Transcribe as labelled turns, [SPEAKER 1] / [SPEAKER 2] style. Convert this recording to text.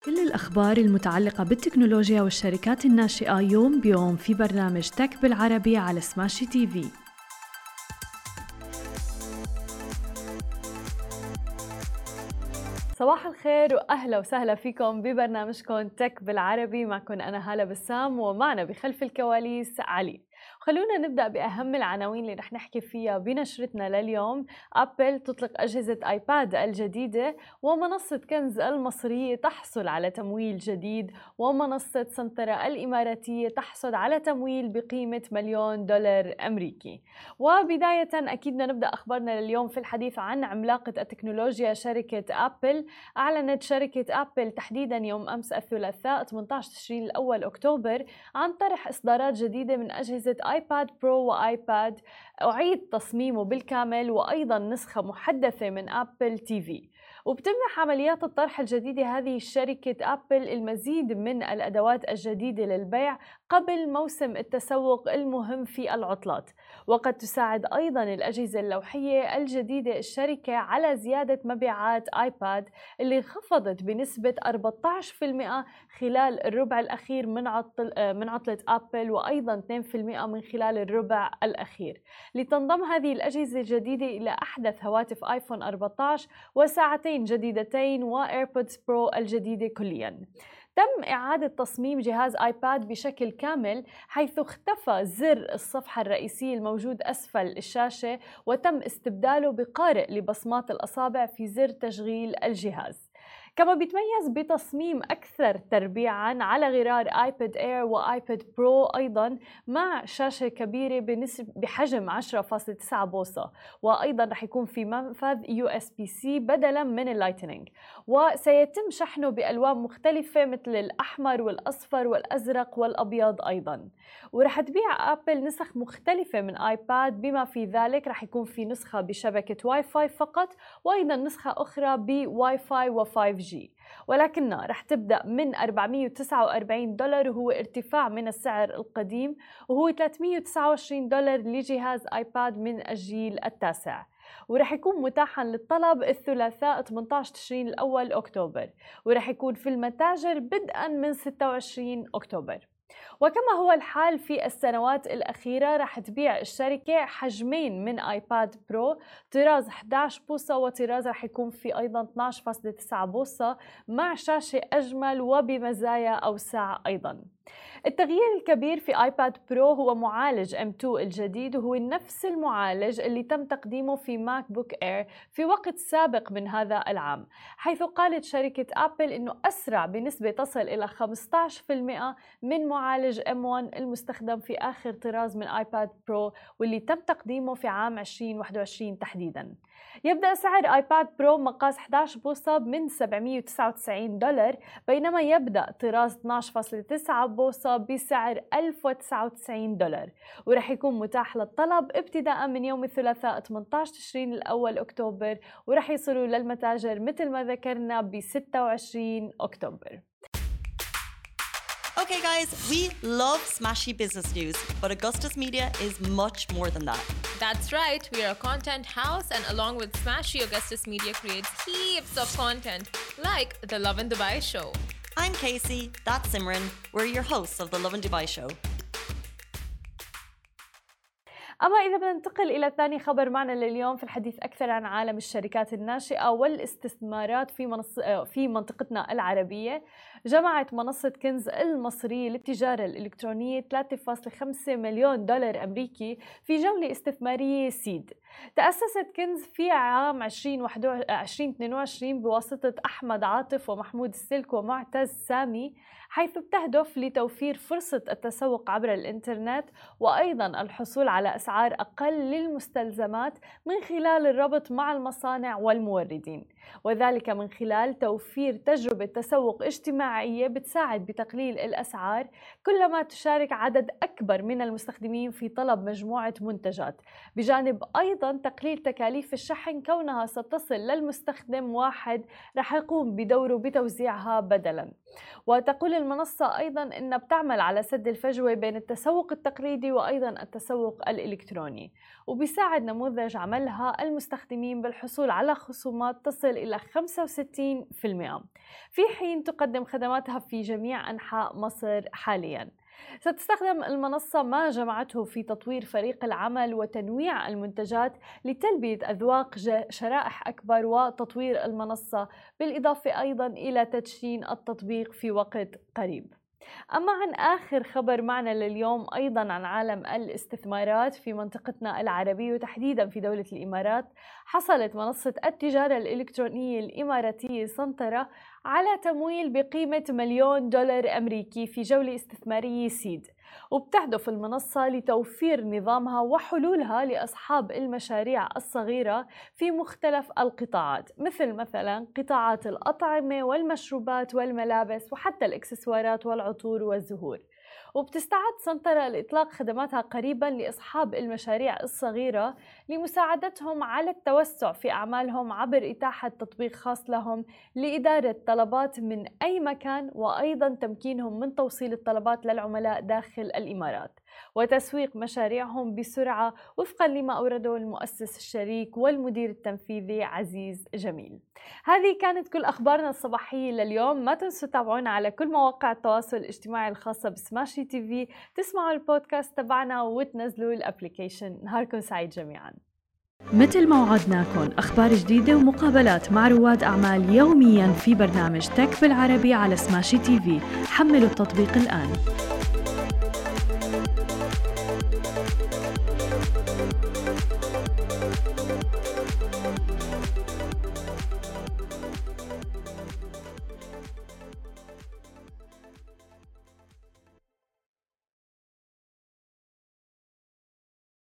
[SPEAKER 1] كل الأخبار المتعلقة بالتكنولوجيا والشركات الناشئة يوم بيوم في برنامج تك بالعربي على سماشي تي في. صباح الخير وأهلا وسهلا فيكم ببرنامجكم تك بالعربي. معكم أنا هالة بسام ومعنا بخلف الكواليس علي. خلونا نبدأ بأهم العناوين اللي رح نحكي فيها بنشرتنا لليوم. أبل تطلق أجهزة آيباد الجديدة، ومنصة كنز المصرية تحصل على تمويل جديد، ومنصة سنترا الإماراتية تحصل على تمويل بقيمة $1,000,000 أمريكي. وبداية أكيد بدنا نبدأ أخبارنا لليوم في الحديث عن عملاقة التكنولوجيا شركة أبل. أعلنت شركة أبل تحديدا يوم أمس الثلاثاء 18 تشرين الأول أكتوبر عن طرح إصدارات جديدة من أجهزة آيباد برو وآيباد أعيد تصميمه بالكامل، وأيضا نسخة محدثة من أبل تي في. وبتمنح عمليات الطرح الجديدة هذه شركة أبل المزيد من الأدوات الجديدة للبيع قبل موسم التسوق المهم في العطلات. وقد تساعد أيضا الأجهزة اللوحية الجديدة الشركة على زيادة مبيعات آيباد اللي انخفضت بنسبة 14% خلال الربع الأخير من عطلة أبل، وأيضا 2% من خلال الربع الأخير، لتنضم هذه الأجهزة الجديدة إلى أحدث هواتف آيفون 14 وساعتين جديدتين وإيربودز برو الجديدة كلياً. تم إعادة تصميم جهاز آيباد بشكل كامل، حيث اختفى زر الصفحة الرئيسي الموجود أسفل الشاشة، وتم استبداله بقارئ لبصمات الأصابع في زر تشغيل الجهاز. كما بيتميز بتصميم أكثر تربيعاً على غرار آيباد إير وآيباد برو، أيضاً مع شاشة كبيرة بحجم 10.9 بوصة، وأيضاً رح يكون في منفذ USB-C بدلاً من اللايتنينج، وسيتم شحنه بألوان مختلفة مثل الأحمر والأصفر والأزرق والأبيض أيضاً. ورح تبيع أبل نسخ مختلفة من آيباد، بما في ذلك رح يكون في نسخة بشبكة واي فاي فقط، وأيضاً نسخة أخرى بواي فاي و5G، ولكنها رح تبدأ من $449 وهو ارتفاع من السعر القديم، وهو $329 لجهاز آيباد من الجيل التاسع. ورح يكون متاحاً للطلب الثلاثاء 18 تشرين الأول أكتوبر، ورح يكون في المتاجر بدءاً من 26 أكتوبر. وكما هو الحال في السنوات الأخيرة، رح تبيع الشركة حجمين من آيباد برو، طراز 11 بوصة وطراز رح يكون في أيضاً 12.9 بوصة، مع شاشة أجمل وبمزايا أوسع أيضاً. التغيير الكبير في آيباد برو هو معالج M2 الجديد، وهو نفس المعالج اللي تم تقديمه في ماك بوك إير في وقت سابق من هذا العام، حيث قالت شركة أبل إنه أسرع بنسبة تصل إلى 15% من معالج M1 المستخدم في آخر طراز من آيباد برو، واللي تم تقديمه في عام 2021 تحديداً. يبدأ سعر آيباد برو مقاس 11 بوصة من $799، بينما يبدأ طراز 12.9 بوصة بسعر $1,099، ورح يكون متاح للطلب ابتداء من يوم الثلاثاء 18 تشرين الأول أكتوبر، ورح يصلوا للمتاجر مثل ما ذكرنا ب 26 أكتوبر.
[SPEAKER 2] Okay guys, we love smashy business news, but Augustus Media is much more than that.
[SPEAKER 3] That's right, we are a content house, and along with Smashy, Augustus Media creates heaps of content, like the Lovin Dubai Show.
[SPEAKER 2] I'm Casey, that's Simran. We're your hosts of the Lovin Dubai Show.
[SPEAKER 1] أما إذا بدنا ننتقل إلى ثاني خبر معنا لليوم في الحديث أكثر عن عالم الشركات الناشئة والاستثمارات في منطقتنا العربية، جمعت منصة كنز المصرية للتجارة الإلكترونية $3.5 مليون أمريكي في جولة استثمارية سيد. تأسست كنز في عام 2022 بواسطة أحمد عاطف ومحمود السلك ومعتز سامي، حيث بتهدف لتوفير فرصة التسوق عبر الإنترنت، وأيضاً الحصول على أسعار أقل للمستلزمات من خلال الربط مع المصانع والموردين، وذلك من خلال توفير تجربة تسوق اجتماعية بتساعد بتقليل الأسعار كلما تشارك عدد أكبر من المستخدمين في طلب مجموعة منتجات، بجانب أيضاً تقليل تكاليف الشحن كونها ستصل للمستخدم واحد رح يقوم بدوره بتوزيعها بدلاً. وتقول المنصة أيضاً أنها بتعمل على سد الفجوة بين التسوق التقليدي وأيضاً التسوق الإلكتروني، وبيساعد نموذج عملها المستخدمين بالحصول على خصومات تصل إلى 65%، في حين تقدم خدماتها في جميع أنحاء مصر حالياً. ستستخدم المنصة ما جمعته في تطوير فريق العمل وتنويع المنتجات لتلبية أذواق شرائح أكبر وتطوير المنصة، بالإضافة أيضاً إلى تدشين التطبيق في وقت قريب. أما عن آخر خبر معنا لليوم أيضاً عن عالم الاستثمارات في منطقتنا العربية وتحديداً في دولة الإمارات، حصلت منصة التجارة الإلكترونية الإماراتية سنترة على تمويل بقيمة $1,000,000 أمريكي في جولة استثمارية سيد، وبتهدف المنصة لتوفير نظامها وحلولها لأصحاب المشاريع الصغيرة في مختلف القطاعات، مثلا قطاعات الأطعمة والمشروبات والملابس وحتى الإكسسوارات والعطور والزهور. وبتستعد سنترة لإطلاق خدماتها قريباً لأصحاب المشاريع الصغيرة لمساعدتهم على التوسع في أعمالهم عبر إتاحة تطبيق خاص لهم لإدارة طلبات من أي مكان، وأيضاً تمكينهم من توصيل الطلبات للعملاء داخل الإمارات وتسويق مشاريعهم بسرعة وفقاً لما أورده المؤسس الشريك والمدير التنفيذي عزيز جميل. هذه كانت كل أخبارنا الصباحية لليوم. ما تنسوا تتابعونا على كل مواقع التواصل الاجتماعي الخاصة بسماشي تي في، تسمعوا البودكاست تبعنا وتنزلوا الابليكيشن. نهاركم سعيد جميعاً.
[SPEAKER 4] مثل ما وعدناكم أخبار جديدة ومقابلات مع رواد أعمال يومياً في برنامج تك بالعربي على سماشي تي في. حملوا التطبيق الآن.